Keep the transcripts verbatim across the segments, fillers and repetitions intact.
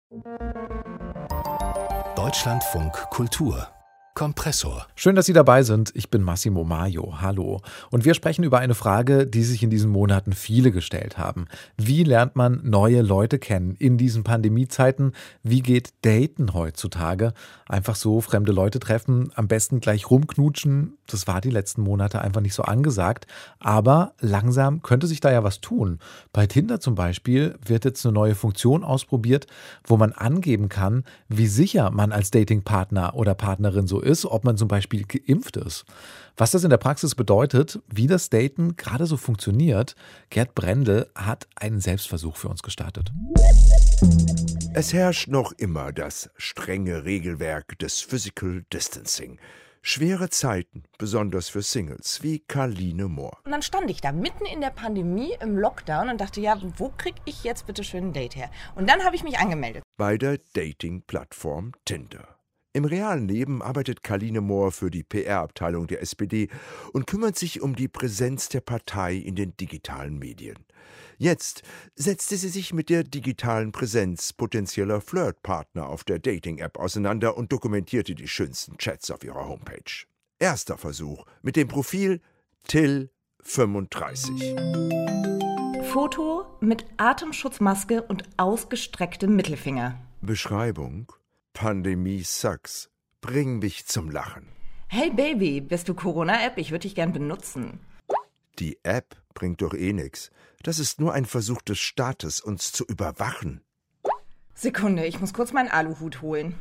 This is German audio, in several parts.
Deutschlandfunk Kultur Kompressor. Schön, dass Sie dabei sind. Ich bin Massimo Maio. Hallo. Und wir sprechen über eine Frage, die sich in diesen Monaten viele gestellt haben. Wie lernt man neue Leute kennen in diesen Pandemiezeiten? Wie geht Daten heutzutage? Einfach so fremde Leute treffen, am besten gleich rumknutschen. Das war die letzten Monate einfach nicht so angesagt. Aber langsam könnte sich da ja was tun. Bei Tinder zum Beispiel wird jetzt eine neue Funktion ausprobiert, wo man angeben kann, wie sicher man als Datingpartner oder Partnerin so ist, ob man zum Beispiel geimpft ist. Was das in der Praxis bedeutet, wie das Daten gerade so funktioniert, Gerd Brendel hat einen Selbstversuch für uns gestartet. Es herrscht noch immer das strenge Regelwerk des Physical Distancing. Schwere Zeiten, besonders für Singles wie Karline Mohr. Und dann stand ich da mitten in der Pandemie im Lockdown und dachte, ja, wo krieg ich jetzt bitte schön ein Date her? Und dann habe ich mich angemeldet. Bei der Dating-Plattform Tinder. Im realen Leben arbeitet Karline Mohr für die P R-Abteilung der S P D und kümmert sich um die Präsenz der Partei in den digitalen Medien. Jetzt setzte sie sich mit der digitalen Präsenz potenzieller Flirtpartner auf der Dating-App auseinander und dokumentierte die schönsten Chats auf ihrer Homepage. Erster Versuch mit dem Profil Till fünfunddreißig. Foto mit Atemschutzmaske und ausgestrecktem Mittelfinger. Beschreibung: Pandemie sucks. Bring mich zum Lachen. Hey Baby, bist du Corona-App? Ich würde dich gern benutzen. Die App bringt doch eh nix. Das ist nur ein Versuch des Staates, uns zu überwachen. Sekunde, ich muss kurz meinen Aluhut holen.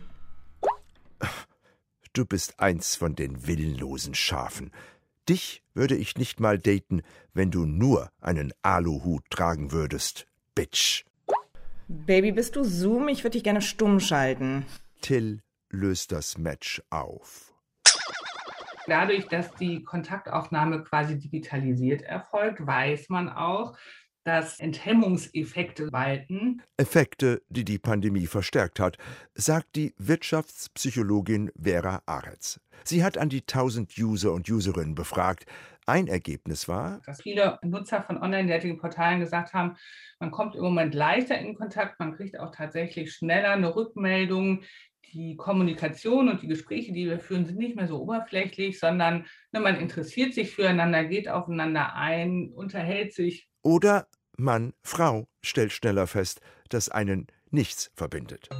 Du bist eins von den willenlosen Schafen. Dich würde ich nicht mal daten, wenn du nur einen Aluhut tragen würdest, Bitch. Baby, bist du Zoom? Ich würde dich gerne stumm schalten. Till löst das Match auf. Dadurch, dass die Kontaktaufnahme quasi digitalisiert erfolgt, weiß man auch, dass Enthemmungseffekte walten. Effekte, die die Pandemie verstärkt hat, sagt die Wirtschaftspsychologin Vera Aretz. Sie hat an die tausend User und Userinnen befragt. Ein Ergebnis war, dass viele Nutzer von Online-Dating-Portalen gesagt haben, man kommt im Moment leichter in Kontakt, man kriegt auch tatsächlich schneller eine Rückmeldung. Die Kommunikation und die Gespräche, die wir führen, sind nicht mehr so oberflächlich, sondern ne, man interessiert sich füreinander, geht aufeinander ein, unterhält sich. Oder Mann, Frau stellt schneller fest, dass einen nichts verbindet.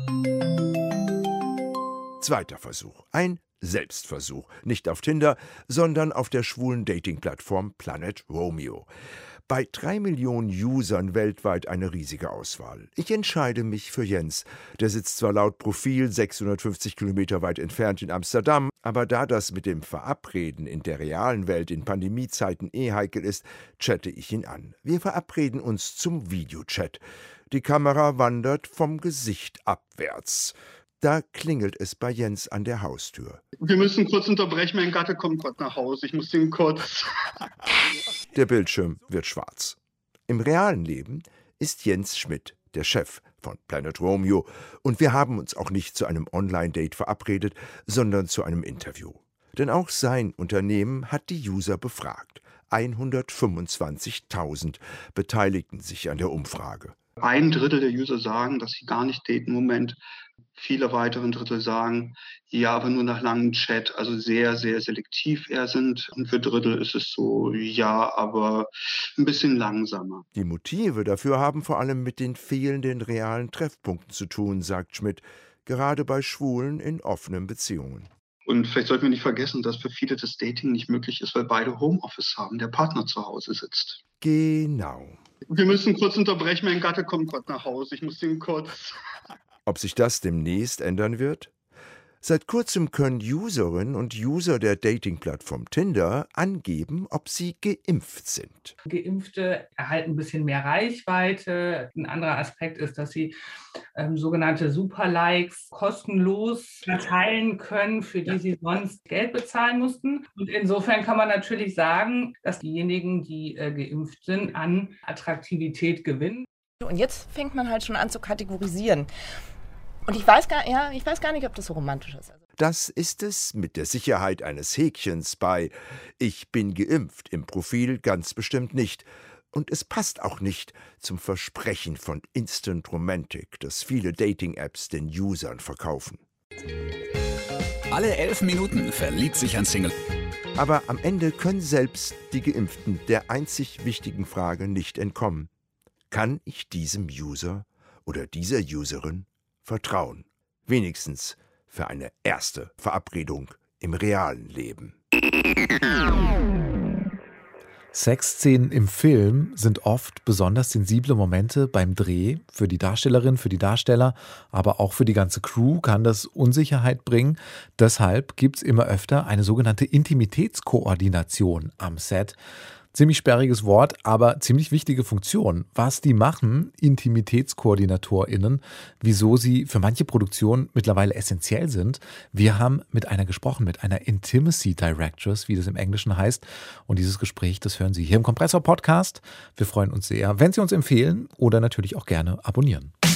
Zweiter Versuch. Ein Selbstversuch. Nicht auf Tinder, sondern auf der schwulen Dating-Plattform Planet Romeo. Bei drei Millionen Usern weltweit eine riesige Auswahl. Ich entscheide mich für Jens. Der sitzt zwar laut Profil sechshundertfünfzig Kilometer weit entfernt in Amsterdam, aber da das mit dem Verabreden in der realen Welt in Pandemiezeiten eh heikel ist, chatte ich ihn an. Wir verabreden uns zum Videochat. Die Kamera wandert vom Gesicht abwärts. Da klingelt es bei Jens an der Haustür. Wir müssen kurz unterbrechen, mein Gatte kommt gerade nach Hause. Ich muss den kurz... Der Bildschirm wird schwarz. Im realen Leben ist Jens Schmidt der Chef von Planet Romeo und wir haben uns auch nicht zu einem Online-Date verabredet, sondern zu einem Interview. Denn auch sein Unternehmen hat die User befragt. hundertfünfundzwanzigtausend beteiligten sich an der Umfrage. Ein Drittel der User sagen, dass sie gar nicht daten im Moment. Viele weitere Drittel sagen, ja, aber nur nach langem Chat, also sehr, sehr selektiv eher sind. Und für Drittel ist es so, ja, aber ein bisschen langsamer. Die Motive dafür haben vor allem mit den fehlenden realen Treffpunkten zu tun, sagt Schmidt, gerade bei Schwulen in offenen Beziehungen. Und vielleicht sollten wir nicht vergessen, dass für viele das Dating nicht möglich ist, weil beide Homeoffice haben, der Partner zu Hause sitzt. Genau. Wir müssen kurz unterbrechen, mein Gatte kommt gerade nach Hause. Ich muss den kurz... Ob sich das demnächst ändern wird? Seit kurzem können Userinnen und User der Dating-Plattform Tinder angeben, ob sie geimpft sind. Geimpfte erhalten ein bisschen mehr Reichweite. Ein anderer Aspekt ist, dass sie ähm, sogenannte Superlikes kostenlos verteilen können, für die sie sonst Geld bezahlen mussten. Und insofern kann man natürlich sagen, dass diejenigen, die äh, geimpft sind, an Attraktivität gewinnen. Und jetzt fängt man halt schon an zu kategorisieren. Und ich weiß gar, ja, ich weiß gar nicht, ob das so romantisch ist. Das ist es mit der Sicherheit eines Häkchens bei »Ich bin geimpft« im Profil ganz bestimmt nicht. Und es passt auch nicht zum Versprechen von Instant Romantic, das viele Dating-Apps den Usern verkaufen. Alle elf Minuten verliebt sich ein Single. Aber am Ende können selbst die Geimpften der einzig wichtigen Frage nicht entkommen. Kann ich diesem User oder dieser Userin vertrauen? Wenigstens für eine erste Verabredung im realen Leben. Sexszenen im Film sind oft besonders sensible Momente beim Dreh. Für die Darstellerin, für die Darsteller, aber auch für die ganze Crew kann das Unsicherheit bringen. Deshalb gibt es immer öfter eine sogenannte Intimitätskoordination am Set. Ziemlich sperriges Wort, aber ziemlich wichtige Funktion. Was die machen, IntimitätskoordinatorInnen, wieso sie für manche Produktionen mittlerweile essentiell sind. Wir haben mit einer gesprochen, mit einer Intimacy Directress, wie das im Englischen heißt. Und dieses Gespräch, das hören Sie hier im Kompressor-Podcast. Wir freuen uns sehr, wenn Sie uns empfehlen oder natürlich auch gerne abonnieren.